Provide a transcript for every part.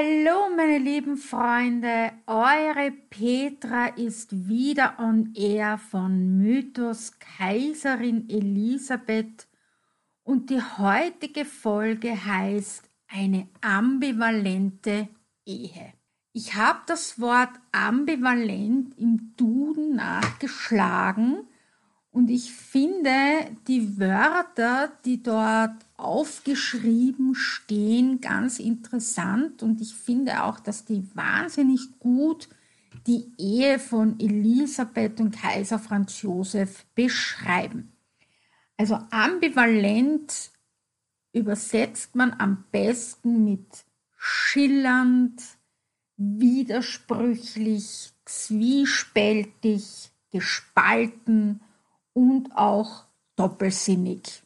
Hallo meine lieben Freunde, eure Petra ist wieder on air von Mythos Kaiserin Elisabeth und die heutige Folge heißt eine ambivalente Ehe. Ich habe das Wort ambivalent im Duden nachgeschlagen und ich finde die Wörter, die dort aufgeschrieben stehen, ganz interessant und ich finde auch, dass die wahnsinnig gut die Ehe von Elisabeth und Kaiser Franz Josef beschreiben. Also ambivalent übersetzt man am besten mit schillernd, widersprüchlich, zwiespältig, gespalten und auch doppelsinnig.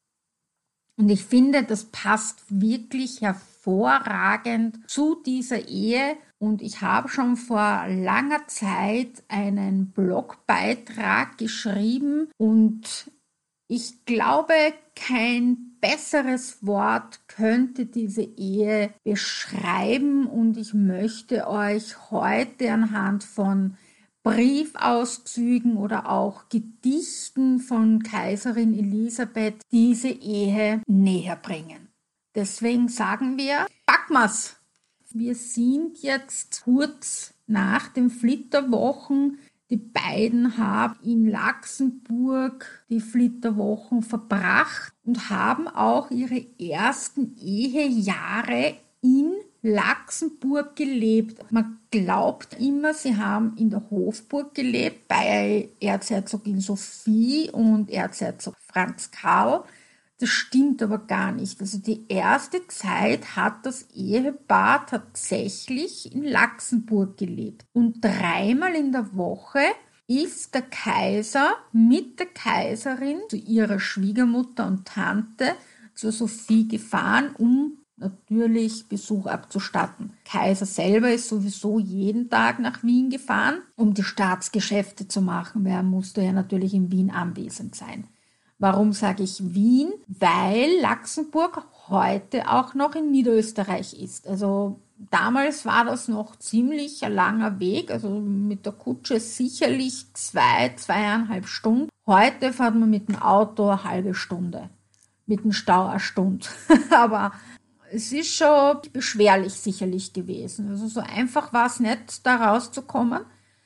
Und ich finde, das passt wirklich hervorragend zu dieser Ehe. Und ich habe schon vor langer Zeit einen Blogbeitrag geschrieben und ich glaube, kein besseres Wort könnte diese Ehe beschreiben und ich möchte euch heute anhand von Briefauszügen oder auch Gedichten von Kaiserin Elisabeth diese Ehe näher bringen. Deswegen sagen wir, packen wir's! Wir sind jetzt kurz nach den Flitterwochen. Die beiden haben in Laxenburg die Flitterwochen verbracht und haben auch ihre ersten Ehejahre in Laxenburg gelebt. Man glaubt immer, sie haben in der Hofburg gelebt, bei Erzherzogin Sophie und Erzherzog Franz Karl. Das stimmt aber gar nicht. Also die erste Zeit hat das Ehepaar tatsächlich in Laxenburg gelebt. Und 3-mal in der Woche ist der Kaiser mit der Kaiserin zu ihrer Schwiegermutter und Tante, zur Sophie, gefahren, um natürlich Besuch abzustatten. Kaiser selber ist sowieso jeden Tag nach Wien gefahren, um die Staatsgeschäfte zu machen. Wer musste ja natürlich in Wien anwesend sein. Warum sage ich Wien? Weil Laxenburg heute auch noch in Niederösterreich ist. Also damals war das noch ziemlich ein langer Weg, also mit der Kutsche sicherlich 2,5 Stunden. Heute fährt man mit dem Auto eine halbe Stunde, mit dem Stau eine Stunde. Aber es ist schon beschwerlich sicherlich gewesen. Also so einfach war es nicht, da rauszukommen.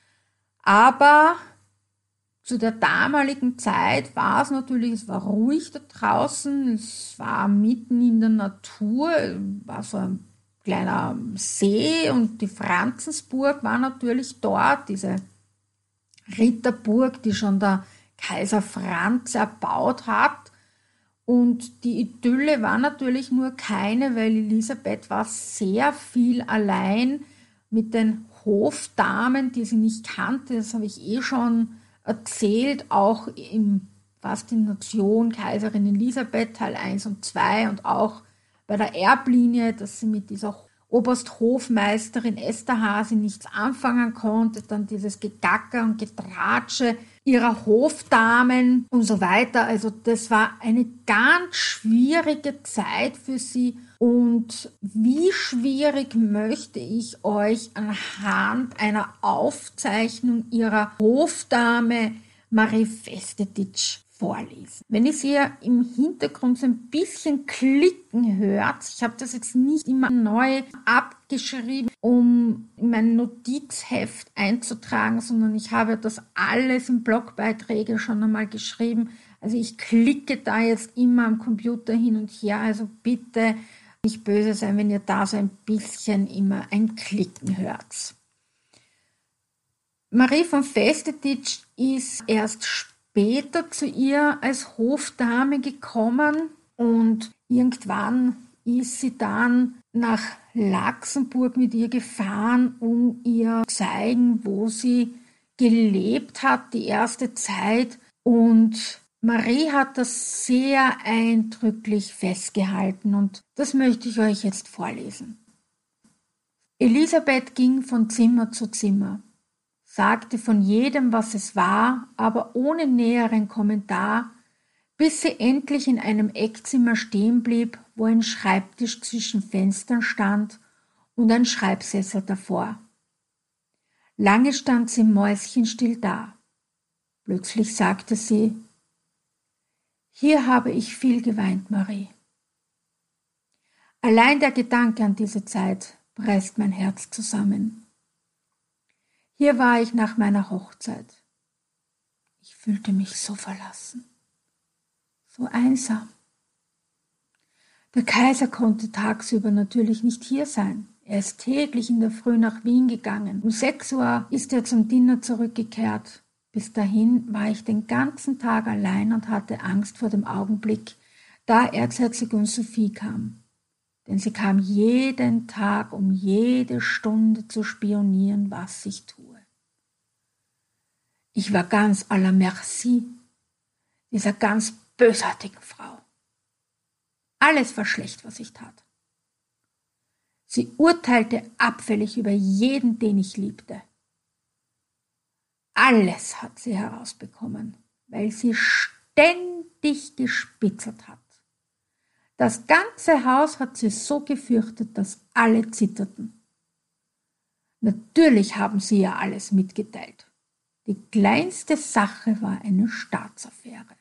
Aber zu der damaligen Zeit war es natürlich, es war ruhig da draußen, es war mitten in der Natur, war so ein kleiner See und die Franzensburg war natürlich dort, diese Ritterburg, die schon der Kaiser Franz erbaut hat. Und die Idylle war natürlich nur keine, weil Elisabeth war sehr viel allein mit den Hofdamen, die sie nicht kannte. Das habe ich schon erzählt, auch im Faszination Kaiserin Elisabeth Teil 1 und 2 und auch bei der Erblinie, dass sie mit dieser Obersthofmeisterin Esterhazy nichts anfangen konnte, dann dieses Gegacker und Getratsche ihrer Hofdamen und so weiter. Also das war eine ganz schwierige Zeit für sie. Und wie schwierig möchte ich euch anhand einer Aufzeichnung ihrer Hofdame Marie Festetics vorlesen. Wenn ihr sie im Hintergrund so ein bisschen klicken hört, ich habe das jetzt nicht immer neu abgeschrieben, um in mein Notizheft einzutragen, sondern ich habe das alles in Blogbeiträge schon einmal geschrieben. Also ich klicke da jetzt immer am Computer hin und her, also bitte nicht böse sein, wenn ihr da so ein bisschen immer ein Klicken hört. Marie von Festetics ist erst später zu ihr als Hofdame gekommen und irgendwann ist sie dann nach Laxenburg mit ihr gefahren, um ihr zu zeigen, wo sie gelebt hat, die erste Zeit. Und Marie hat das sehr eindrücklich festgehalten und das möchte ich euch jetzt vorlesen. Elisabeth ging von Zimmer zu Zimmer, sagte von jedem, was es war, aber ohne näheren Kommentar, bis sie endlich in einem Eckzimmer stehen blieb, wo ein Schreibtisch zwischen Fenstern stand und ein Schreibsessel davor. Lange stand sie mäuschenstill da. Plötzlich sagte sie: »Hier habe ich viel geweint, Marie. Allein der Gedanke an diese Zeit presst mein Herz zusammen. Hier war ich nach meiner Hochzeit. Ich fühlte mich so verlassen, so einsam. Der Kaiser konnte tagsüber natürlich nicht hier sein. Er ist täglich in der Früh nach Wien gegangen. Um 6 Uhr ist er zum Dinner zurückgekehrt. Bis dahin war ich den ganzen Tag allein und hatte Angst vor dem Augenblick, da Erzherzogin Sophie kam. Denn sie kam jeden Tag, um jede Stunde zu spionieren, was ich tue. Ich war ganz à la merci dieser ganz bösartigen Frau. Alles war schlecht, was ich tat. Sie urteilte abfällig über jeden, den ich liebte. Alles hat sie herausbekommen, weil sie ständig gespitzelt hat. Das ganze Haus hat sie so gefürchtet, dass alle zitterten. Natürlich haben sie ihr alles mitgeteilt. Die kleinste Sache war eine Staatsaffäre.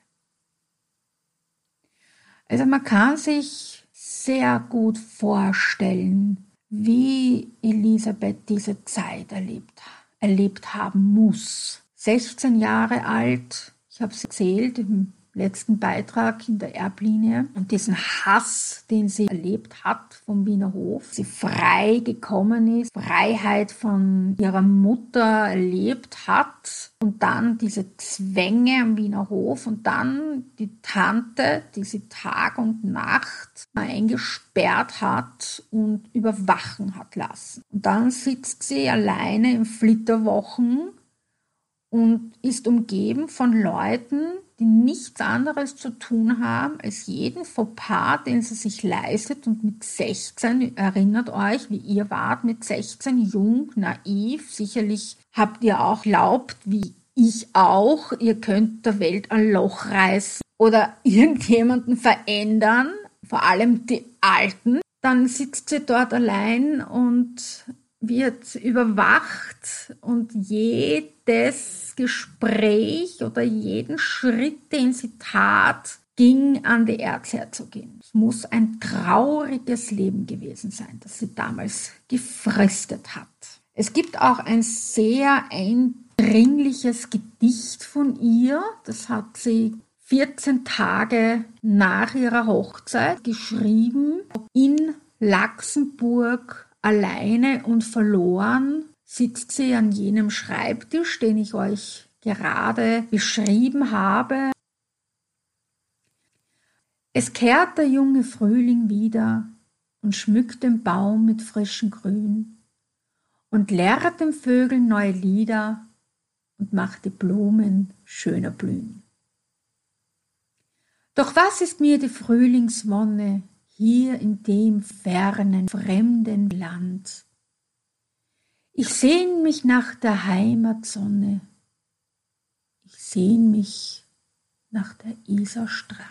Also man kann sich sehr gut vorstellen, wie Elisabeth diese Zeit erlebt haben muss. 16 Jahre alt, ich habe es erzählt im letzten Beitrag in der Erblinie, und diesen Hass, den sie erlebt hat vom Wiener Hof, sie frei gekommen ist, Freiheit von ihrer Mutter erlebt hat und dann diese Zwänge am Wiener Hof und dann die Tante, die sie Tag und Nacht eingesperrt hat und überwachen hat lassen. Und dann sitzt sie alleine in Flitterwochen und ist umgeben von Leuten, die nichts anderes zu tun haben, als jeden Fauxpas, den sie sich leistet. Und mit 16, erinnert euch, wie ihr wart, mit 16, jung, naiv, sicherlich habt ihr auch glaubt, wie ich auch, ihr könnt der Welt ein Loch reißen oder irgendjemanden verändern, vor allem die Alten. Dann sitzt sie dort allein und wird überwacht und jedes Gespräch oder jeden Schritt, den sie tat, ging an die Erzherzogin. Es muss ein trauriges Leben gewesen sein, das sie damals gefristet hat. Es gibt auch ein sehr eindringliches Gedicht von ihr, das hat sie 14 Tage nach ihrer Hochzeit geschrieben, in Laxenburg. Alleine und verloren sitzt sie an jenem Schreibtisch, den ich euch gerade beschrieben habe. Es kehrt der junge Frühling wieder und schmückt den Baum mit frischem Grün und lehrt den Vögeln neue Lieder und macht die Blumen schöner blühen. Doch was ist mir die Frühlingswonne hier in dem fernen, fremden Land? Ich sehn mich nach der Heimatsonne, ich sehn mich nach der Isarstrand.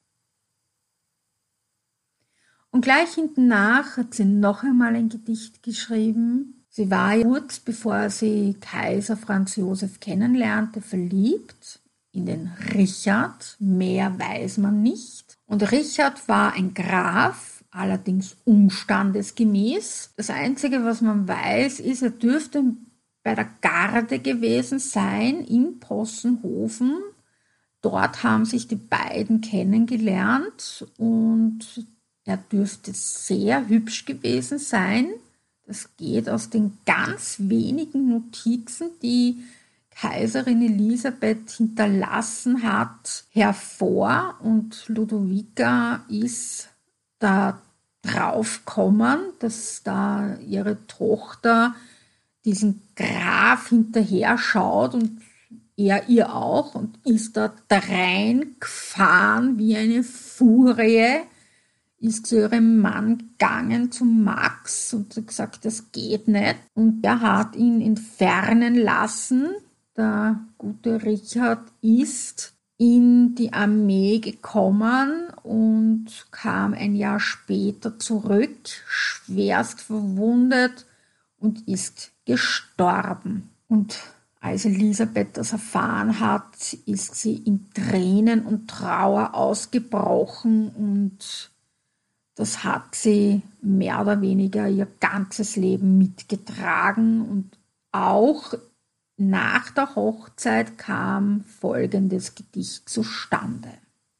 Und gleich hinten nach hat sie noch einmal ein Gedicht geschrieben. Sie war kurz bevor sie Kaiser Franz Josef kennenlernte, verliebt in den Richard, mehr weiß man nicht. Und Richard war ein Graf, allerdings unstandesgemäß. Das Einzige, was man weiß, ist, er dürfte bei der Garde gewesen sein in Possenhofen. Dort haben sich die beiden kennengelernt und er dürfte sehr hübsch gewesen sein. Das geht aus den ganz wenigen Notizen, die Kaiserin Elisabeth hinterlassen hat, hervor, und Ludovica ist da drauf gekommen, dass da ihre Tochter diesen Graf hinterher schaut und er ihr auch, und ist da reingefahren wie eine Furie, ist zu ihrem Mann gegangen, zu Max, und hat gesagt, das geht nicht. Und er hat ihn entfernen lassen. Der gute Richard ist in die Armee gekommen und kam ein Jahr später zurück, schwerst verwundet und ist gestorben. Und als Elisabeth das erfahren hat, ist sie in Tränen und Trauer ausgebrochen und das hat sie mehr oder weniger ihr ganzes Leben mitgetragen. Und auch nach der Hochzeit kam folgendes Gedicht zustande.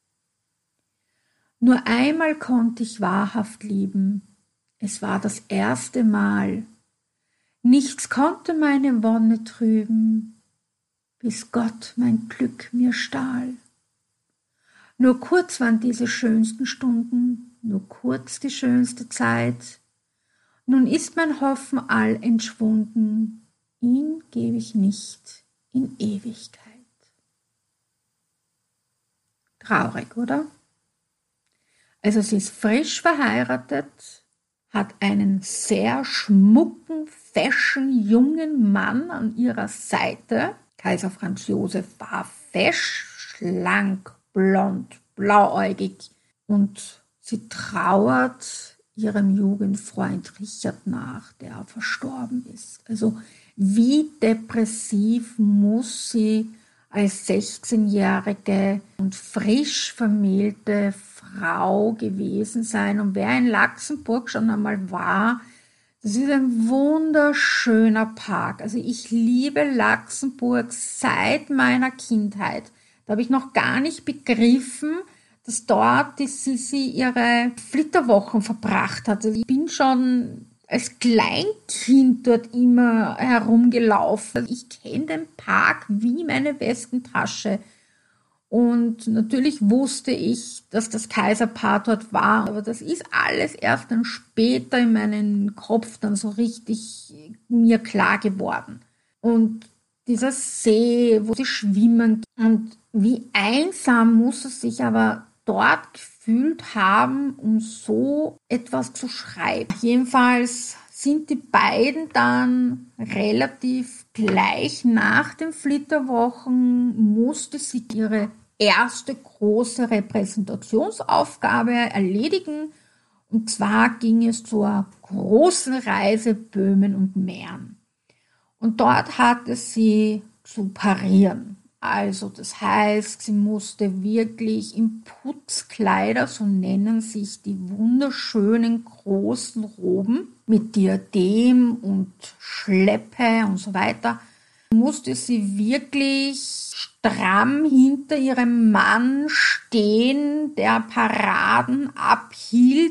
Nur einmal konnte ich wahrhaft lieben, es war das erste Mal. Nichts konnte meine Wonne trüben, bis Gott mein Glück mir stahl. Nur kurz waren diese schönsten Stunden, nur kurz die schönste Zeit. Nun ist mein Hoffen all entschwunden, ihn gebe ich nicht in Ewigkeit. Traurig, oder? Also sie ist frisch verheiratet, hat einen sehr schmucken, fashion jungen Mann an ihrer Seite. Kaiser Franz Josef war fesch, schlank, blond, blauäugig und sie trauert ihrem Jugendfreund Richard nach, der verstorben ist. Also wie depressiv muss sie als 16-jährige und frisch vermählte Frau gewesen sein. Und wer in Laxenburg schon einmal war, das ist ein wunderschöner Park. Also ich liebe Laxenburg seit meiner Kindheit. Da habe ich noch gar nicht begriffen, dass dort die Sissi ihre Flitterwochen verbracht hat. Also ich bin schon als Kleinkind dort immer herumgelaufen. Ich kenne den Park wie meine Westentasche. Und natürlich wusste ich, dass das Kaiserpaar dort war, aber das ist alles erst dann später in meinen Kopf dann so richtig mir klar geworden. Und dieser See, wo sie schwimmen und wie einsam muss es sich aber dort gefühlt haben, um so etwas zu schreiben. Jedenfalls sind die beiden dann relativ gleich nach den Flitterwochen, musste sie ihre erste große Repräsentationsaufgabe erledigen. Und zwar ging es zur großen Reise Böhmen und Mähren. Und dort hatte sie zu parieren. Also das heißt, sie musste wirklich in Putzkleider, so nennen sich die wunderschönen großen Roben mit Diadem und Schleppe und so weiter, musste sie wirklich stramm hinter ihrem Mann stehen, der Paraden abhielt,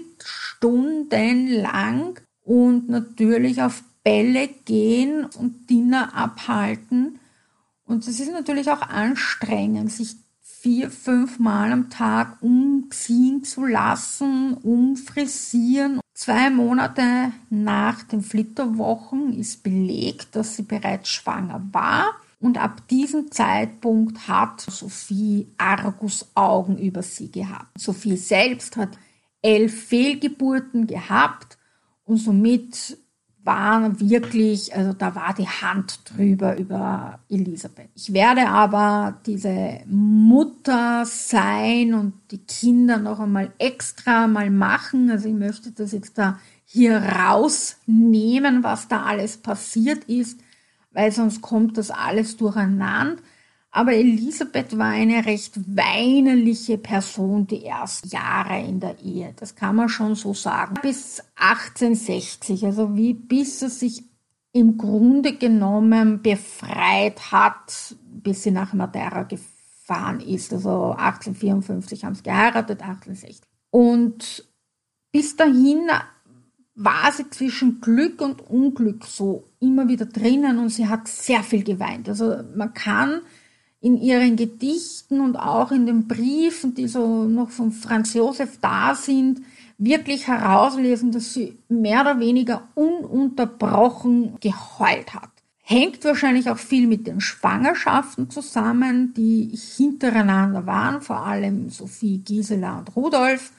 stundenlang und natürlich auf Bälle gehen und Dinner abhalten. Und es ist natürlich auch anstrengend, sich 4-5 Mal am Tag umziehen zu lassen, umfrisieren. 2 Monate nach den Flitterwochen ist belegt, dass sie bereits schwanger war. Und ab diesem Zeitpunkt hat Sophie Argusaugen über sie gehabt. Sophie selbst hat 11 Fehlgeburten gehabt und somit war wirklich, also da war die Hand drüber über Elisabeth. Ich werde aber diese Mutter sein und die Kinder noch einmal extra mal machen. Also ich möchte das jetzt da hier rausnehmen, was da alles passiert ist, weil sonst kommt das alles durcheinander. Aber Elisabeth war eine recht weinerliche Person die ersten Jahre in der Ehe. Das kann man schon so sagen. Bis 1860, also wie bis sie sich im Grunde genommen befreit hat, bis sie nach Madeira gefahren ist. Also 1854 haben sie geheiratet, 1860. Und bis dahin war sie zwischen Glück und Unglück so immer wieder drinnen und sie hat sehr viel geweint. Also man kann in ihren Gedichten und auch in den Briefen, die so noch von Franz Josef da sind, wirklich herauslesen, dass sie mehr oder weniger ununterbrochen geheult hat. Hängt wahrscheinlich auch viel mit den Schwangerschaften zusammen, die hintereinander waren, vor allem Sophie, Gisela und Rudolf.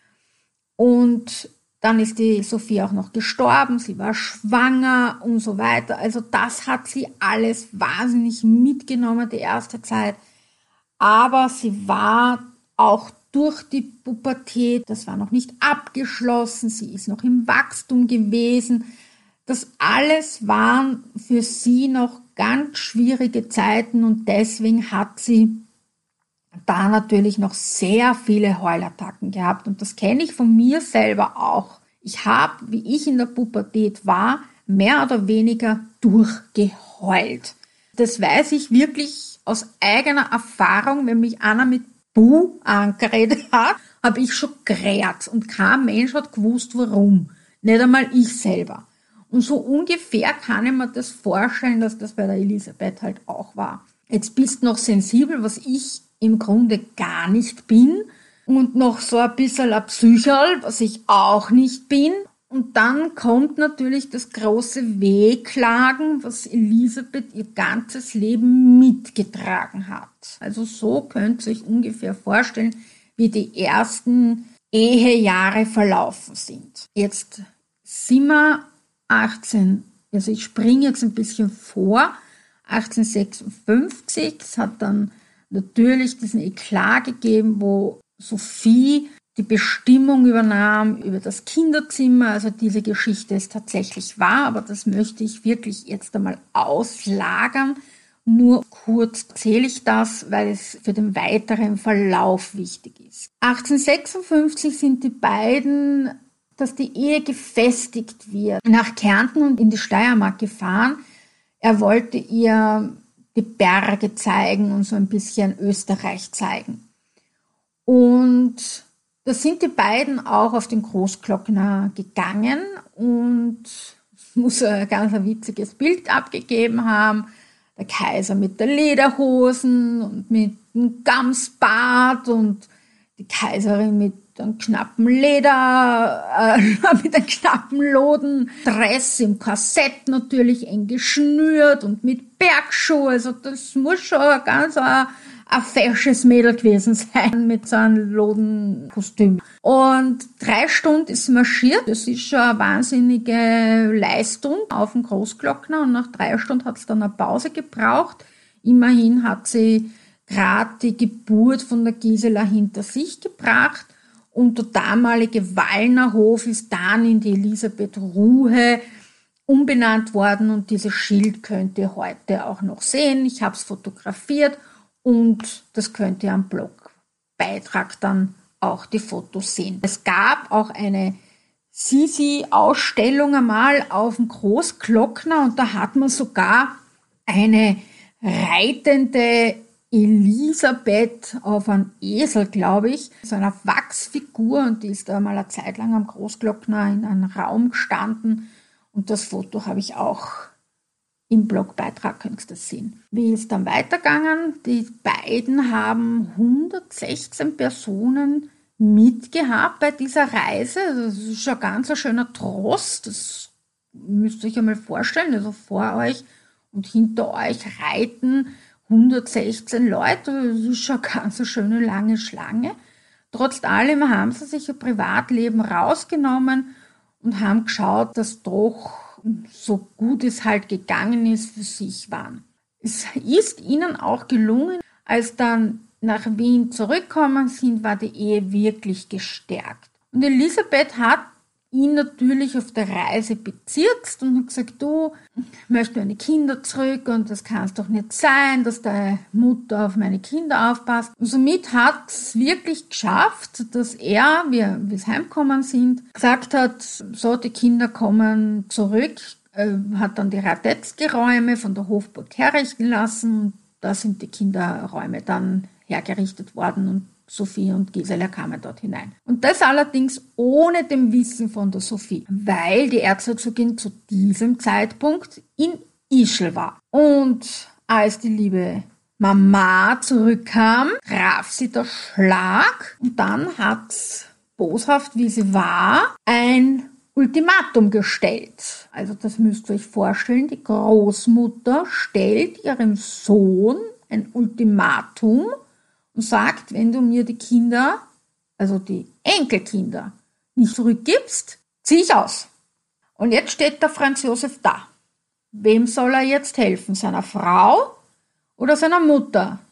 Und dann ist die Sophie auch noch gestorben, sie war schwanger und so weiter. Also das hat sie alles wahnsinnig mitgenommen, die erste Zeit. aber sie war auch durch die Pubertät, das war noch nicht abgeschlossen, sie ist noch im Wachstum gewesen. Das alles waren für sie noch ganz schwierige Zeiten und deswegen hat sie da natürlich noch sehr viele Heulattacken gehabt und das kenne ich von mir selber auch. Ich habe, wie ich in der Pubertät war, mehr oder weniger durchgeheult. Das weiß ich wirklich aus eigener Erfahrung, wenn mich einer mit Buh angeredet hat, habe ich schon gerät und kein Mensch hat gewusst, warum. Nicht einmal ich selber. Und so ungefähr kann ich mir das vorstellen, dass das bei der Elisabeth halt auch war. Jetzt bist du noch sensibel, was ich im Grunde gar nicht bin. Und noch so ein bisschen ein Psycherl, was ich auch nicht bin. Und dann kommt natürlich das große Wehklagen, was Elisabeth ihr ganzes Leben mitgetragen hat. Also so könnt ihr euch ungefähr vorstellen, wie die ersten Ehejahre verlaufen sind. Jetzt sind wir 18, also ich springe jetzt ein bisschen vor, 1856, es hat dann natürlich diesen Eklat gegeben, wo Sophie die Bestimmung übernahm über das Kinderzimmer. Also diese Geschichte ist tatsächlich wahr, aber das möchte ich wirklich jetzt einmal auslagern. Nur kurz erzähle ich das, weil es für den weiteren Verlauf wichtig ist. 1856 sind die beiden, dass die Ehe gefestigt wird, nach Kärnten und in die Steiermark gefahren. Er wollte ihr die Berge zeigen und so ein bisschen Österreich zeigen. Und da sind die beiden auch auf den Großglockner gegangen und es muss ein ganz witziges Bild abgegeben haben. Der Kaiser mit der Lederhosen und mit dem Gamsbart und die Kaiserin mit einem knappen Leder, mit einem knappen Lodendress im Korsett natürlich eng geschnürt und mit Bergschuh. Also das muss schon ein fesches Mädel gewesen sein mit so einem Lodenkostüm. Und 3 Stunden ist marschiert. Das ist schon eine wahnsinnige Leistung auf dem Großglockner. Und nach 3 Stunden hat es dann eine Pause gebraucht. Immerhin hat sie gerade die Geburt von der Gisela hinter sich gebracht. Und der damalige Wallner Hof ist dann in die Elisabeth Ruhe umbenannt worden. Und dieses Schild könnt ihr heute auch noch sehen. Ich habe es fotografiert. Und das könnt ihr am Blogbeitrag dann auch die Fotos sehen. Es gab auch eine Sisi-Ausstellung einmal auf dem Großglockner und da hat man sogar eine reitende Elisabeth auf einem Esel, glaube ich, so einer Wachsfigur und die ist da mal eine Zeit lang am Großglockner in einem Raum gestanden und das Foto habe ich auch im Blogbeitrag, könnt ihr das sehen. Wie ist dann weitergegangen? Die beiden haben 116 Personen mitgehabt bei dieser Reise. Das ist schon ganz ein schöner Trost. Das müsst ihr euch einmal vorstellen. Also vor euch und hinter euch reiten 116 Leute. Das ist schon ganz eine schöne lange Schlange. Trotz allem haben sie sich ihr Privatleben rausgenommen und haben geschaut, dass doch so gut es halt gegangen ist, für sich waren. Es ist ihnen auch gelungen, als dann nach Wien zurückgekommen sind, war die Ehe wirklich gestärkt. Und Elisabeth hat ihn natürlich auf der Reise bezirzt und hat gesagt, du, ich möchte meine Kinder zurück und das kann es doch nicht sein, dass deine Mutter auf meine Kinder aufpasst. Und somit hat es wirklich geschafft, dass er, wie wir heimgekommen sind, gesagt hat, so, die Kinder kommen zurück, hat dann die Radetzky-Räume von der Hofburg herrichten lassen und da sind die Kinderräume dann hergerichtet worden und Sophie und Gisela kamen dort hinein. Und das allerdings ohne dem Wissen von der Sophie, weil die Erzherzogin zu diesem Zeitpunkt in Ischl war. Und als die liebe Mama zurückkam, traf sie der Schlag und dann hat, boshaft wie sie war, ein Ultimatum gestellt. Also das müsst ihr euch vorstellen, die Großmutter stellt ihrem Sohn ein Ultimatum und sagt, wenn du mir die Kinder, also die Enkelkinder, nicht zurückgibst, zieh ich aus. Und jetzt steht der Franz Josef da. Wem soll er jetzt helfen? Seiner Frau oder seiner Mutter,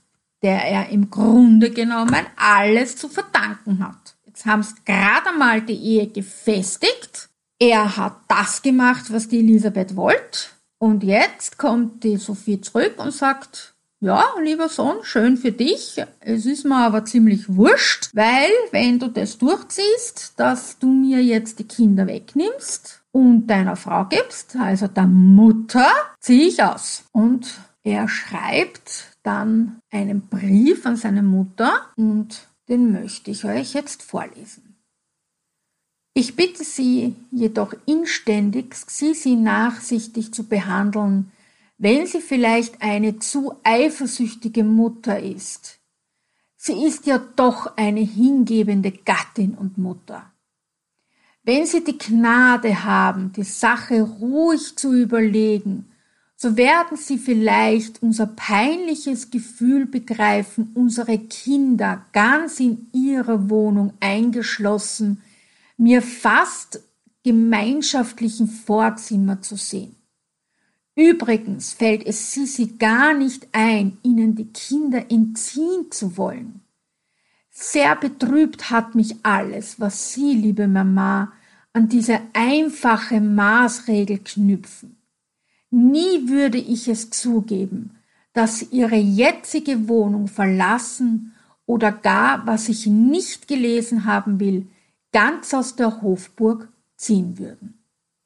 der er im Grunde genommen alles zu verdanken hat. Jetzt haben sie gerade einmal die Ehe gefestigt. Er hat das gemacht, was die Elisabeth wollte. Und jetzt kommt die Sophie zurück und sagt, ja, lieber Sohn, schön für dich. Es ist mir aber ziemlich wurscht, weil wenn du das durchziehst, dass du mir jetzt die Kinder wegnimmst und deiner Frau gibst, also der Mutter, ziehe ich aus. Und er schreibt dann einen Brief an seine Mutter und den möchte ich euch jetzt vorlesen. Ich bitte Sie jedoch inständigst, sie nachsichtig zu behandeln, wenn sie vielleicht eine zu eifersüchtige Mutter ist. Sie ist ja doch eine hingebende Gattin und Mutter. Wenn Sie die Gnade haben, die Sache ruhig zu überlegen, so werden Sie vielleicht unser peinliches Gefühl begreifen, unsere Kinder ganz in ihrer Wohnung eingeschlossen, mir fast gemeinschaftlichen Vorzimmer zu sehen. Übrigens fällt es Sisi gar nicht ein, ihnen die Kinder entziehen zu wollen. Sehr betrübt hat mich alles, was Sie, liebe Mama, an diese einfache Maßregel knüpfen. Nie würde ich es zugeben, dass Sie Ihre jetzige Wohnung verlassen oder gar, was ich nicht gelesen haben will, ganz aus der Hofburg ziehen würden.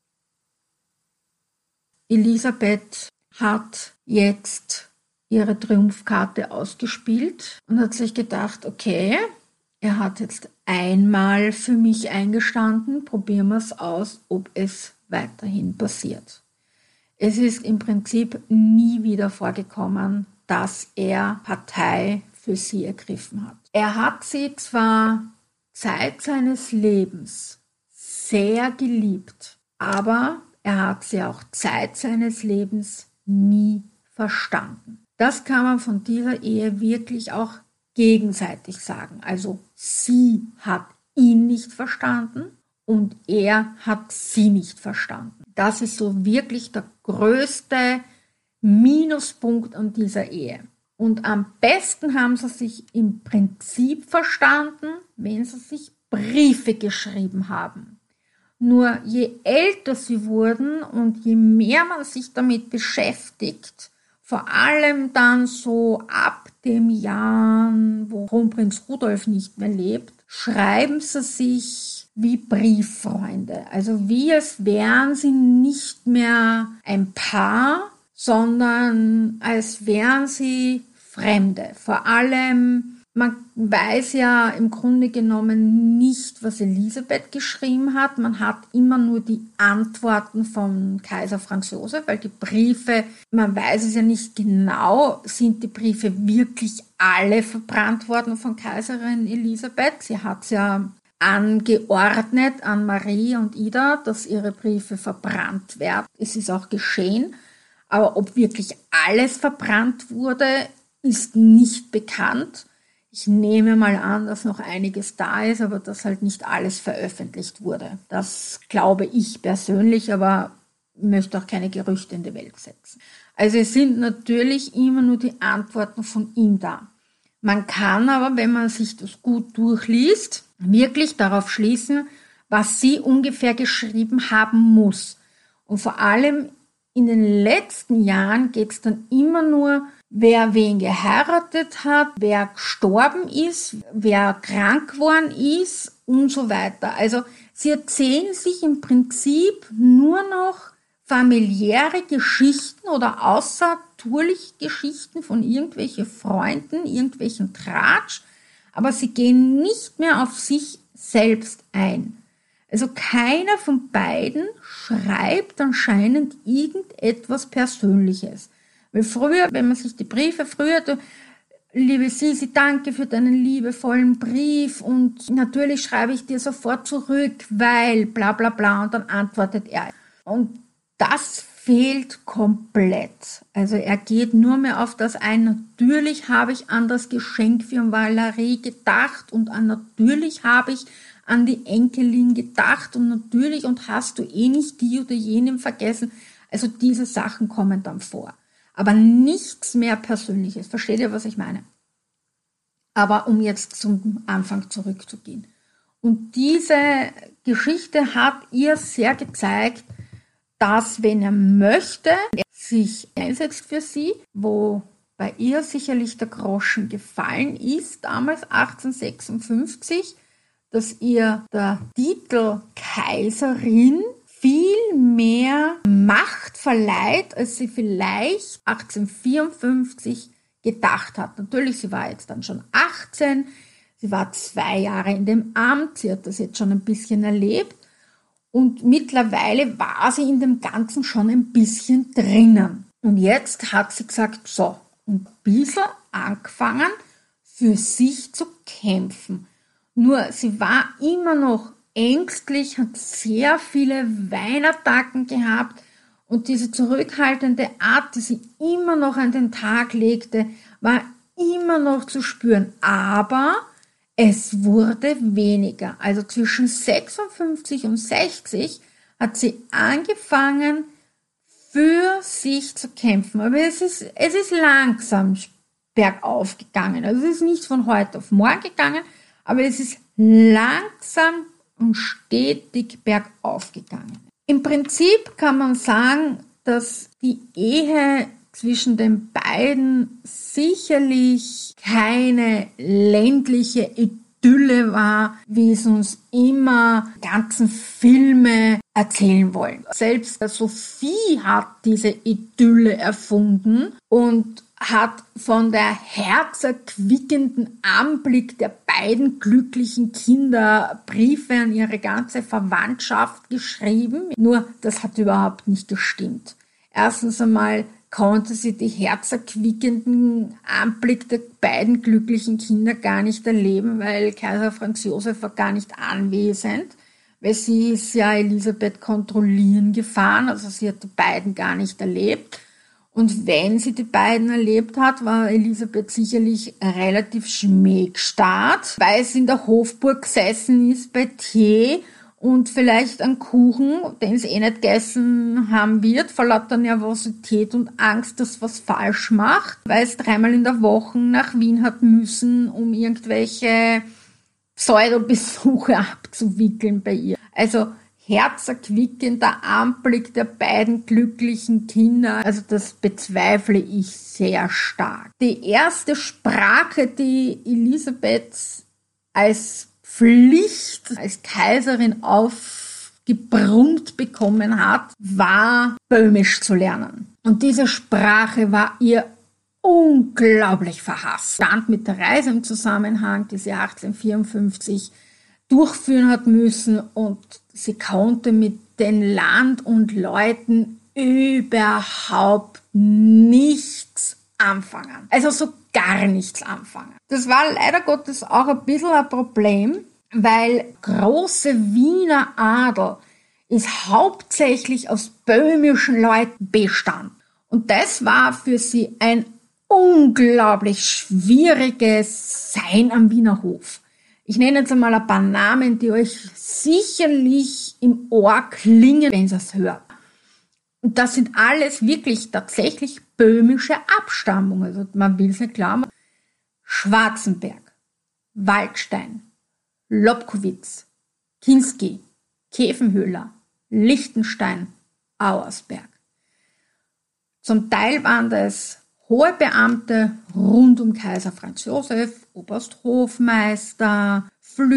Elisabeth hat jetzt ihre Triumphkarte ausgespielt und hat sich gedacht, okay, er hat jetzt einmal für mich eingestanden, probieren wir es aus, ob es weiterhin passiert. Es ist im Prinzip nie wieder vorgekommen, dass er Partei für sie ergriffen hat. Er hat sie zwar Zeit seines Lebens sehr geliebt, aber er hat sie auch Zeit seines Lebens nie verstanden. Das kann man von dieser Ehe wirklich auch gegenseitig sagen. Also sie hat ihn nicht verstanden und er hat sie nicht verstanden. Das ist so wirklich der größte Minuspunkt an dieser Ehe. Und am besten haben sie sich im Prinzip verstanden, wenn sie sich Briefe geschrieben haben. Nur je älter sie wurden und je mehr man sich damit beschäftigt, vor allem dann so ab dem Jahr, wo Kronprinz Rudolf nicht mehr lebt, schreiben sie sich wie Brieffreunde. Also wie als wären sie nicht mehr ein Paar, sondern als wären sie Fremde. Vor allem, man weiß ja im Grunde genommen nicht, was Elisabeth geschrieben hat. Man hat immer nur die Antworten von Kaiser Franz Josef, weil die Briefe, man weiß es ja nicht genau, sind die Briefe wirklich alle verbrannt worden von Kaiserin Elisabeth. Sie hat es ja angeordnet an Marie und Ida, dass ihre Briefe verbrannt werden. Es ist auch geschehen, aber ob wirklich alles verbrannt wurde, ist nicht bekannt. Ich nehme mal an, dass noch einiges da ist, aber dass halt nicht alles veröffentlicht wurde. Das glaube ich persönlich, aber möchte auch keine Gerüchte in die Welt setzen. Also es sind natürlich immer nur die Antworten von ihm da. Man kann aber, wenn man sich das gut durchliest, wirklich darauf schließen, was sie ungefähr geschrieben haben muss. Und vor allem in den letzten Jahren geht es dann immer nur, wer wen geheiratet hat, wer gestorben ist, wer krank geworden ist und so weiter. Also sie erzählen sich im Prinzip nur noch familiäre Geschichten oder außertourliche Geschichten von irgendwelchen Freunden, irgendwelchen Tratsch, aber sie gehen nicht mehr auf sich selbst ein. Also keiner von beiden schreibt anscheinend irgendetwas Persönliches. Weil früher, wenn man sich die Briefe liebe Sisi, danke für deinen liebevollen Brief und natürlich schreibe ich dir sofort zurück, weil bla bla bla und dann antwortet er. Und das fehlt komplett. Also er geht nur mehr auf das ein, natürlich habe ich an das Geschenk für Valerie gedacht und natürlich habe ich an die Enkelin gedacht und natürlich und hast du nicht die oder jenem vergessen. Also diese Sachen kommen dann vor. Aber nichts mehr Persönliches. Versteht ihr, was ich meine? Aber um jetzt zum Anfang zurückzugehen. Und diese Geschichte hat ihr sehr gezeigt, dass, wenn er möchte, er sich einsetzt für sie, wo bei ihr sicherlich der Groschen gefallen ist, damals 1856, dass ihr der Titel Kaiserin viel mehr Macht verleiht, als sie vielleicht 1854 gedacht hat. Natürlich, sie war jetzt dann schon 18, sie war 2 Jahre in dem Amt, sie hat das jetzt schon ein bisschen erlebt und mittlerweile war sie in dem Ganzen schon ein bisschen drinnen. Und jetzt hat sie gesagt, so, ein bisschen angefangen, für sich zu kämpfen. Nur sie war immer noch ängstlich, hat sehr viele Weinattacken gehabt und diese zurückhaltende Art, die sie immer noch an den Tag legte, war immer noch zu spüren. Aber es wurde weniger. Also zwischen 56 und 60 hat sie angefangen, für sich zu kämpfen. Aber es ist langsam bergauf gegangen. Also es ist nicht von heute auf morgen gegangen, aber es ist langsam und stetig bergauf gegangen. Im Prinzip kann man sagen, dass die Ehe zwischen den beiden sicherlich keine ländliche Idylle war, wie es uns immer die ganzen Filme erzählen wollen. Selbst Sophie hat diese Idylle erfunden und hat von der herzerquickenden Anblick der beiden glücklichen Kinder Briefe an ihre ganze Verwandtschaft geschrieben. Nur das hat überhaupt nicht gestimmt. Erstens einmal konnte sie die herzerquickenden Anblick der beiden glücklichen Kinder gar nicht erleben, weil Kaiser Franz Josef war gar nicht anwesend, weil sie ist ja Elisabeth kontrollieren gefahren, also sie hat die beiden gar nicht erlebt. Und wenn sie die beiden erlebt hat, war Elisabeth sicherlich relativ schmägstark, weil sie in der Hofburg gesessen ist bei Tee und vielleicht einen Kuchen, den sie nicht gegessen haben wird, vor lauter Nervosität und Angst, dass was falsch macht, weil es 3-mal in der Woche nach Wien hat müssen, um irgendwelche Pseudo-Besuche abzuwickeln bei ihr. Also herzerquickender Anblick der beiden glücklichen Kinder, also das bezweifle ich sehr stark. Die erste Sprache, die Elisabeth als Pflicht, als Kaiserin aufgebrummt bekommen hat, war Böhmisch zu lernen. Und diese Sprache war ihr unglaublich verhasst. Stand mit der Reise im Zusammenhang, die sie 1854 durchführen hat müssen und sie konnte mit den Land und Leuten überhaupt nichts anfangen. Also so gar nichts anfangen. Das war leider Gottes auch ein bisschen ein Problem, weil große Wiener Adel ist hauptsächlich aus böhmischen Leuten bestand. Und das war für sie ein unglaublich schwieriges Sein am Wiener Hof. Ich nenne jetzt einmal ein paar Namen, die euch sicherlich im Ohr klingen, wenn ihr es hört. Und das sind alles wirklich tatsächlich böhmische Abstammung. Also man will es nicht glauben. Schwarzenberg, Waldstein, Lobkowitz, Kinski, Kefenhöhler, Lichtenstein, Auersberg. Zum Teil waren das hohe Beamte rund um Kaiser Franz Josef, Obersthofmeister,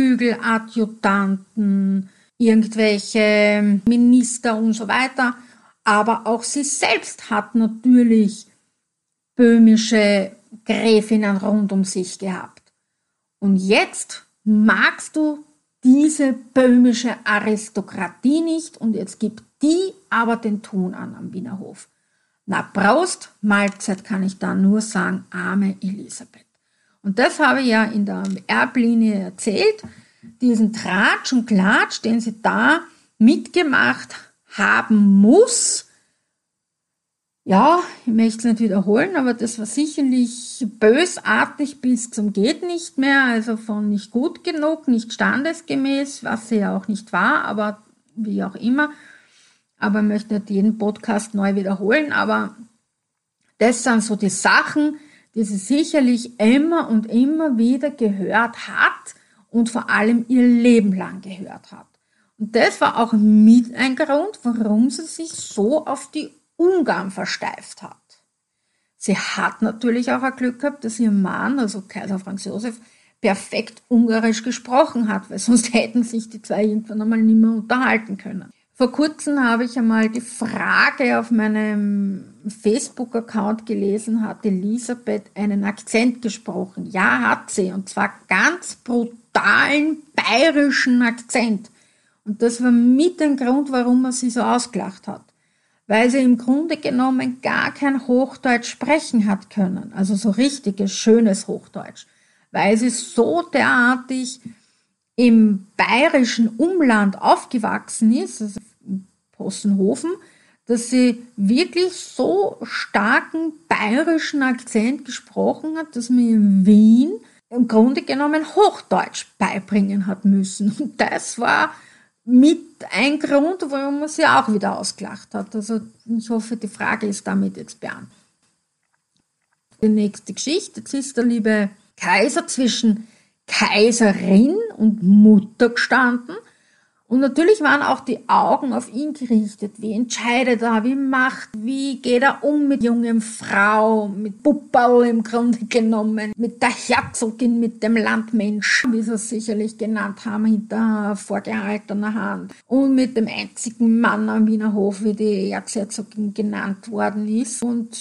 Flügeladjutanten, irgendwelche Minister und so weiter. Aber auch sie selbst hat natürlich böhmische Gräfinnen rund um sich gehabt. Und jetzt magst du diese böhmische Aristokratie nicht und jetzt gibt die aber den Ton an am Wiener Hof. Na, Prost, Mahlzeit kann ich da nur sagen, arme Elisabeth. Und das habe ich ja in der Erblinie erzählt, diesen Tratsch und Klatsch, den sie da mitgemacht haben muss. Ja, ich möchte es nicht wiederholen, aber das war sicherlich bösartig bis zum geht nicht mehr, also von nicht gut genug, nicht standesgemäß, was sie ja auch nicht war, aber wie auch immer. Aber ich möchte nicht jeden Podcast neu wiederholen, aber das sind so die Sachen, die sie sicherlich immer und immer wieder gehört hat und vor allem ihr Leben lang gehört hat. Und das war auch mit ein Grund, warum sie sich so auf die Ungarn versteift hat. Sie hat natürlich auch ein Glück gehabt, dass ihr Mann, also Kaiser Franz Josef, perfekt Ungarisch gesprochen hat, weil sonst hätten sich die zwei irgendwann einmal nicht mehr unterhalten können. Vor kurzem habe ich einmal die Frage auf meinem Facebook-Account gelesen, hat Elisabeth einen Akzent gesprochen? Ja, hat sie, und zwar ganz brutalen bayerischen Akzent. Und das war mit ein Grund, warum er sie so ausgelacht hat. Weil sie im Grunde genommen gar kein Hochdeutsch sprechen hat können, also so richtiges, schönes Hochdeutsch, weil sie so derartig im bayerischen Umland aufgewachsen ist, also in Possenhofen, dass sie wirklich so starken bayerischen Akzent gesprochen hat, dass man in Wien im Grunde genommen Hochdeutsch beibringen hat müssen. Und das war mit ein Grund, warum man sie auch wieder ausgelacht hat. Also ich hoffe, die Frage ist damit jetzt beantwortet. Die nächste Geschichte, jetzt ist der liebe Kaiser zwischen Kaiserin und Mutter gestanden. Und natürlich waren auch die Augen auf ihn gerichtet. Wie entscheidet er, wie macht, wie geht er um mit jungen Frau, mit Pupperl im Grunde genommen, mit der Herzogin, mit dem Landmensch, wie sie es sicherlich genannt haben, hinter vorgehaltener Hand. Und mit dem einzigen Mann am Wiener Hof, wie die Erzherzogin genannt worden ist. Und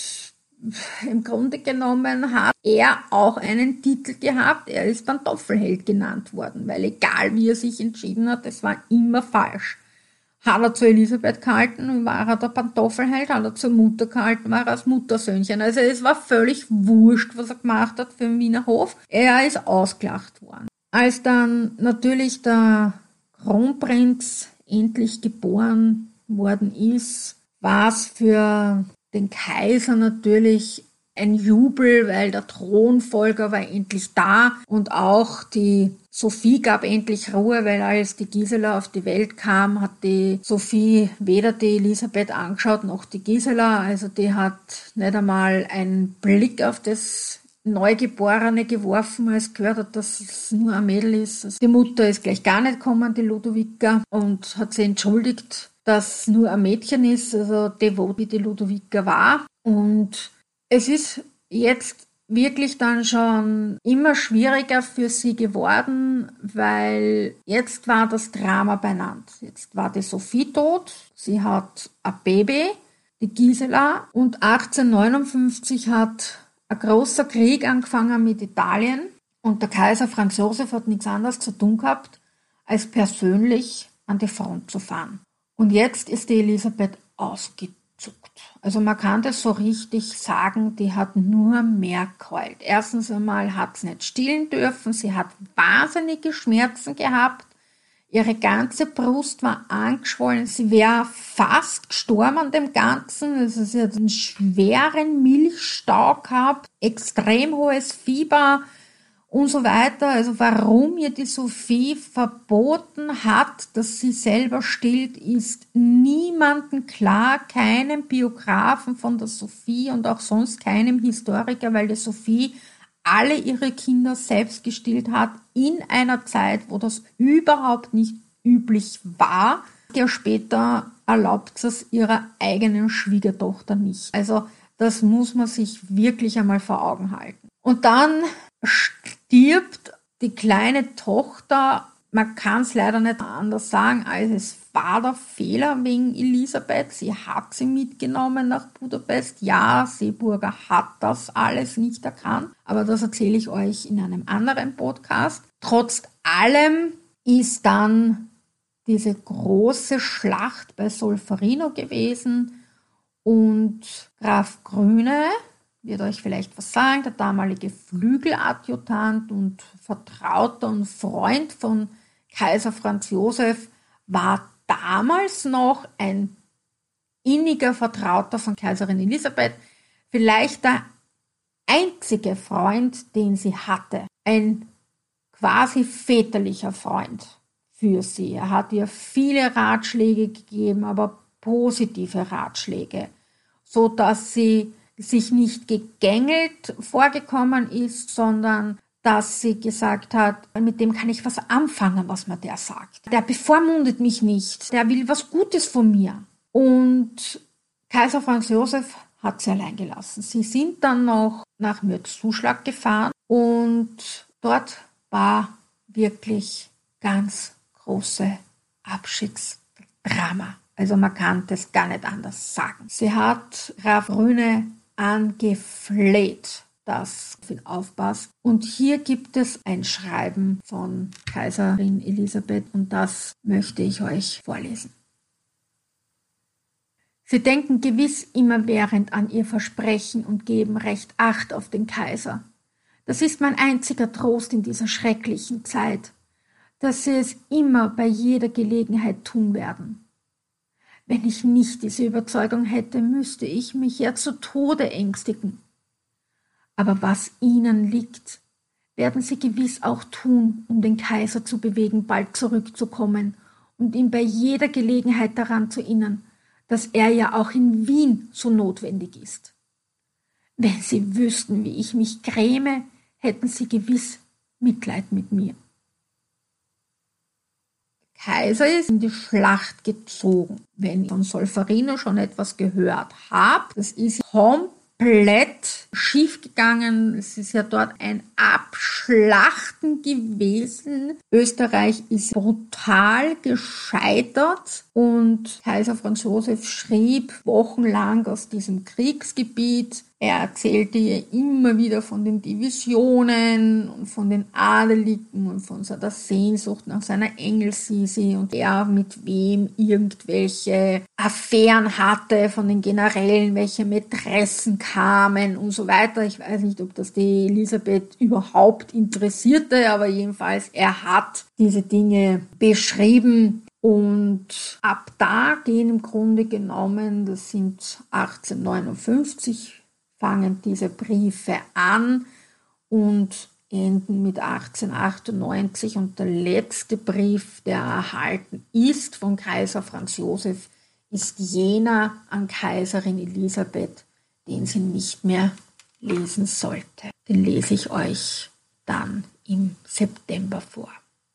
im Grunde genommen hat er auch einen Titel gehabt. Er ist Pantoffelheld genannt worden, weil egal wie er sich entschieden hat, es war immer falsch. Hat er zu Elisabeth gehalten, war er der Pantoffelheld, hat er zur Mutter gehalten, war er das Muttersöhnchen. Also es war völlig wurscht, was er gemacht hat für den Wiener Hof. Er ist ausgelacht worden. Als dann natürlich der Kronprinz endlich geboren worden ist, war es für den Kaiser natürlich ein Jubel, weil der Thronfolger war endlich da und auch die Sophie gab endlich Ruhe, weil als die Gisela auf die Welt kam, hat die Sophie weder die Elisabeth angeschaut noch die Gisela. Also die hat nicht einmal einen Blick auf das Neugeborene geworfen, als gehört hat, dass es nur ein Mädel ist. Also die Mutter ist gleich gar nicht gekommen, die Ludovica, und hat sie entschuldigt, dass nur ein Mädchen ist, also devot wie die Ludovica war. Und es ist jetzt wirklich dann schon immer schwieriger für sie geworden, weil jetzt war das Drama benannt. Jetzt war die Sophie tot, sie hat ein Baby, die Gisela, und 1859 hat ein großer Krieg angefangen mit Italien und der Kaiser Franz Josef hat nichts anderes zu tun gehabt, als persönlich an die Front zu fahren. Und jetzt ist die Elisabeth ausgezuckt. Also man kann das so richtig sagen, die hat nur mehr geheult. Erstens einmal hat sie nicht stillen dürfen, sie hat wahnsinnige Schmerzen gehabt, ihre ganze Brust war angeschwollen, sie wäre fast gestorben an dem Ganzen. Also sie hat einen schweren Milchstau gehabt, extrem hohes Fieber und so weiter. Also warum ihr die Sophie verboten hat, dass sie selber stillt, ist niemandem klar, keinem Biografen von der Sophie und auch sonst keinem Historiker, weil die Sophie alle ihre Kinder selbst gestillt hat in einer Zeit, wo das überhaupt nicht üblich war. Ja, später erlaubt es ihrer eigenen Schwiegertochter nicht. Also das muss man sich wirklich einmal vor Augen halten. Und dann stirbt die kleine Tochter, man kann es leider nicht anders sagen, als es war der Fehler wegen Elisabeth. Sie hat sie mitgenommen nach Budapest. Ja, Seeburger hat das alles nicht erkannt, aber das erzähle ich euch in einem anderen Podcast. Trotz allem ist dann diese große Schlacht bei Solferino gewesen und Graf Grüne, wird euch vielleicht was sagen, der damalige Flügeladjutant und Vertrauter und Freund von Kaiser Franz Josef, war damals noch ein inniger Vertrauter von Kaiserin Elisabeth, vielleicht der einzige Freund, den sie hatte, ein quasi väterlicher Freund für sie. Er hat ihr viele Ratschläge gegeben, aber positive Ratschläge, so dass sie sich nicht gegängelt vorgekommen ist, sondern dass sie gesagt hat, mit dem kann ich was anfangen, was mir der sagt. Der bevormundet mich nicht, der will was Gutes von mir. Und Kaiser Franz Josef hat sie allein gelassen. Sie sind dann noch nach Mürzzuschlag gefahren und dort war wirklich ganz große Abschiedsdrama. Also man kann das gar nicht anders sagen. Sie hat Graf Rühne angefleht, dass sie aufpasst. Und hier gibt es ein Schreiben von Kaiserin Elisabeth und das möchte ich euch vorlesen. Sie denken gewiss immerwährend an ihr Versprechen und geben recht Acht auf den Kaiser. Das ist mein einziger Trost in dieser schrecklichen Zeit, dass sie es immer bei jeder Gelegenheit tun werden. Wenn ich nicht diese Überzeugung hätte, müsste ich mich ja zu Tode ängstigen. Aber was ihnen liegt, werden sie gewiss auch tun, um den Kaiser zu bewegen, bald zurückzukommen und ihn bei jeder Gelegenheit daran zu erinnern, dass er ja auch in Wien so notwendig ist. Wenn sie wüssten, wie ich mich gräme, hätten sie gewiss Mitleid mit mir. Der Kaiser ist in die Schlacht gezogen. Wenn ich von Solferino schon etwas gehört habe, das ist komplett schiefgegangen. Es ist ja dort ein Abschlachten gewesen. Österreich ist brutal gescheitert und Kaiser Franz Josef schrieb wochenlang aus diesem Kriegsgebiet. Er erzählte ihr immer wieder von den Divisionen und von den Adeligen und von seiner Sehnsucht nach seiner Engelsisi und er mit wem irgendwelche Affären hatte, von den Generälen, welche Mätressen kamen und so weiter. Ich weiß nicht, ob das die Elisabeth überhaupt interessierte, aber jedenfalls, er hat diese Dinge beschrieben. Und ab da gehen im Grunde genommen, das sind 1859, fangen diese Briefe an und enden mit 1898 und der letzte Brief, der erhalten ist von Kaiser Franz Josef, ist jener an Kaiserin Elisabeth, den sie nicht mehr lesen sollte. Den lese ich euch dann im September vor.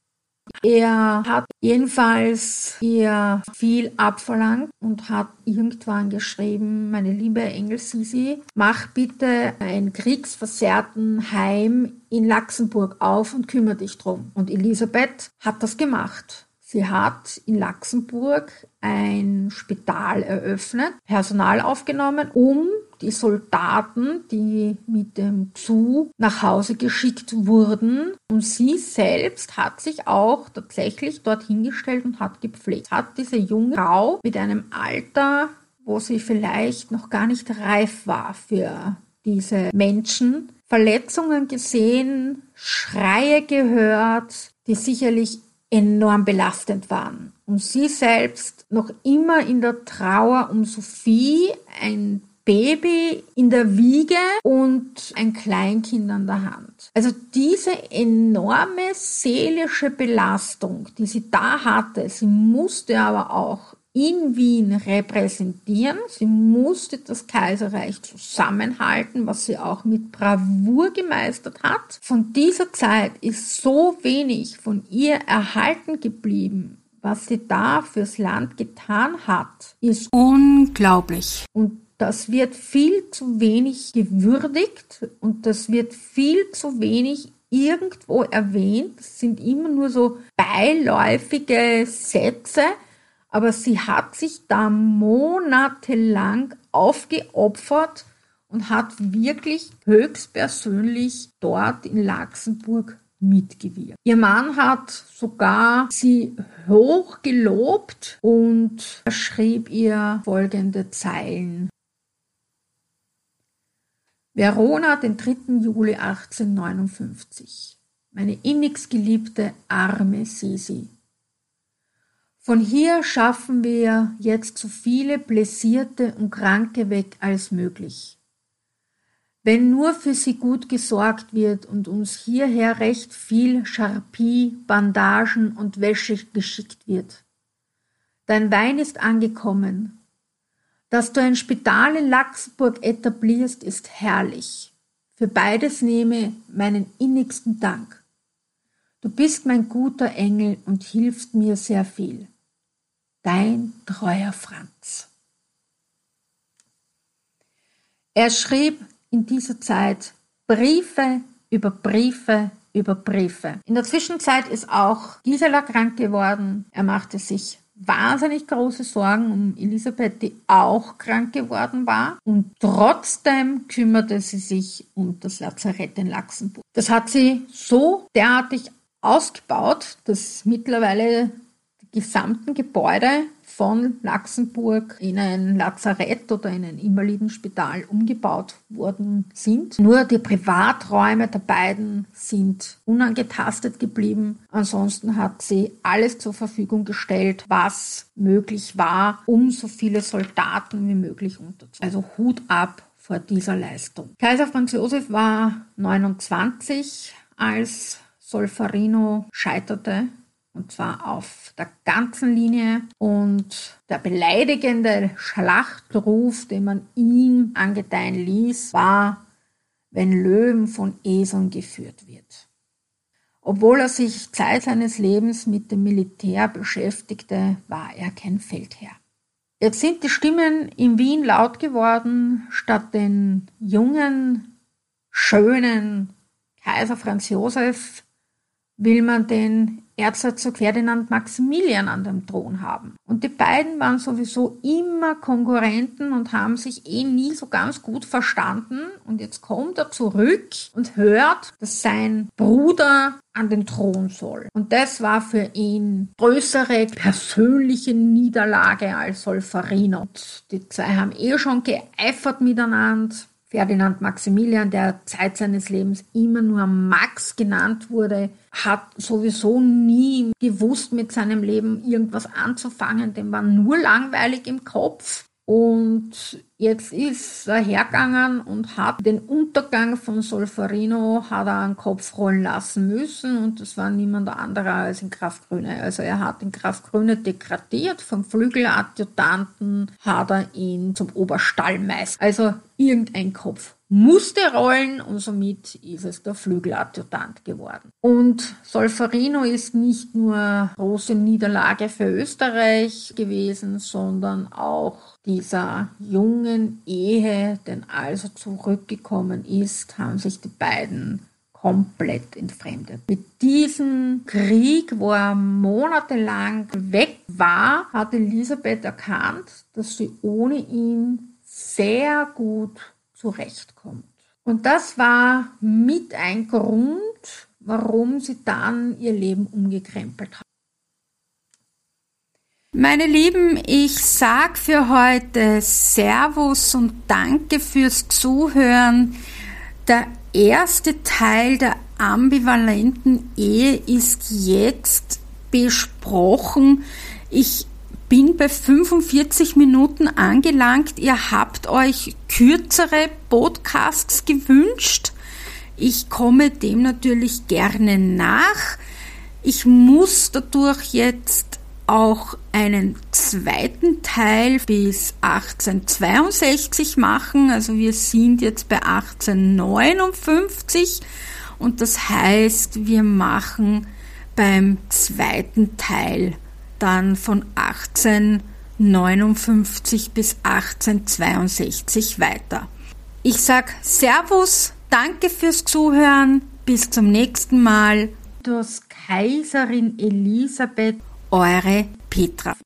Er hat jedenfalls ihr viel abverlangt und hat irgendwann geschrieben, meine liebe Engelsisi, mach bitte ein kriegsversehrten Heim in Laxenburg auf und kümmere dich drum. Und Elisabeth hat das gemacht. Sie hat in Laxenburg ein Spital eröffnet, Personal aufgenommen, um die Soldaten, die mit dem Zug nach Hause geschickt wurden. Und sie selbst hat sich auch tatsächlich dorthin gestellt und hat gepflegt. Hat diese junge Frau mit einem Alter, wo sie vielleicht noch gar nicht reif war für diese Menschen, Verletzungen gesehen, Schreie gehört, die sicherlich enorm belastend waren. Und sie selbst noch immer in der Trauer um Sophie, ein Baby in der Wiege und ein Kleinkind an der Hand. Also diese enorme seelische Belastung, die sie da hatte, sie musste aber auch in Wien repräsentieren. Sie musste das Kaiserreich zusammenhalten, was sie auch mit Bravour gemeistert hat. Von dieser Zeit ist so wenig von ihr erhalten geblieben. Was sie da fürs Land getan hat, ist unglaublich. Und das wird viel zu wenig gewürdigt und das wird viel zu wenig irgendwo erwähnt. Das sind immer nur so beiläufige Sätze, aber sie hat sich da monatelang aufgeopfert und hat wirklich höchstpersönlich dort in Laxenburg mitgewirkt. Ihr Mann hat sogar sie hoch gelobt und schrieb ihr folgende Zeilen. Verona, den 3. Juli 1859. Meine innigst geliebte, arme Sisi. Von hier schaffen wir jetzt so viele Blessierte und Kranke weg als möglich. Wenn nur für sie gut gesorgt wird und uns hierher recht viel Charpie, Bandagen und Wäsche geschickt wird. Dein Wein ist angekommen. Dass du ein Spital in Laxenburg etablierst, ist herrlich. Für beides nehme meinen innigsten Dank. Du bist mein guter Engel und hilfst mir sehr viel. Dein treuer Franz. Er schrieb in dieser Zeit Briefe über Briefe über Briefe. In der Zwischenzeit ist auch Gisela krank geworden. Er machte sich wahnsinnig große Sorgen um Elisabeth, die auch krank geworden war. Und trotzdem kümmerte sie sich um das Lazarett in Laxenburg. Das hat sie so derartig ausgebaut, dass mittlerweile die gesamten Gebäude von Laxenburg in ein Lazarett oder in ein Invalidenspital umgebaut worden sind. Nur die Privaträume der beiden sind unangetastet geblieben. Ansonsten hat sie alles zur Verfügung gestellt, was möglich war, um so viele Soldaten wie möglich unterzubringen. Also Hut ab vor dieser Leistung. Kaiser Franz Josef war 29, als Solferino scheiterte. Und zwar auf der ganzen Linie. Und der beleidigende Schlachtruf, den man ihm angedeihen ließ, war, wenn Löwen von Eseln geführt wird. Obwohl er sich Zeit seines Lebens mit dem Militär beschäftigte, war er kein Feldherr. Jetzt sind die Stimmen in Wien laut geworden. Statt den jungen, schönen Kaiser Franz Josef will man den Erzherzog Ferdinand Maximilian an dem Thron haben. Und die beiden waren sowieso immer Konkurrenten und haben sich nie so ganz gut verstanden. Und jetzt kommt er zurück und hört, dass sein Bruder an den Thron soll. Und das war für ihn größere persönliche Niederlage als Solferino. Und die zwei haben schon geeifert miteinander. Ferdinand Maximilian, der Zeit seines Lebens immer nur Max genannt wurde, hat sowieso nie gewusst, mit seinem Leben irgendwas anzufangen. Dem war nur langweilig im Kopf. Und jetzt ist er hergegangen und hat den Untergang von Solferino an den Kopf rollen lassen müssen. Und das war niemand anderer als in Graf Grüne. Also er hat in Graf Grüne degradiert. Vom Flügeladjutanten hat er ihn zum Oberstallmeister. Also irgendein Kopf musste rollen und somit ist es der Flügeladjutant geworden. Und Solferino ist nicht nur große Niederlage für Österreich gewesen, sondern auch dieser jungen Ehe, denn als er zurückgekommen ist, haben sich die beiden komplett entfremdet. Mit diesem Krieg, wo er monatelang weg war, hat Elisabeth erkannt, dass sie ohne ihn sehr gut zurechtkommt. Und das war mit ein Grund, warum sie dann ihr Leben umgekrempelt hat. Meine Lieben, ich sag für heute Servus und danke fürs Zuhören. Der erste Teil der ambivalenten Ehe ist jetzt besprochen. Ich bin bei 45 Minuten angelangt. Ihr habt euch kürzere Podcasts gewünscht. Ich komme dem natürlich gerne nach. Ich muss dadurch jetzt auch einen zweiten Teil bis 1862 machen. Also wir sind jetzt bei 1859 und das heißt, wir machen beim zweiten Teil dann von 1859 bis 1862 weiter. Ich sag Servus, danke fürs Zuhören, bis zum nächsten Mal. Das Kaiserin Elisabeth, eure Petra.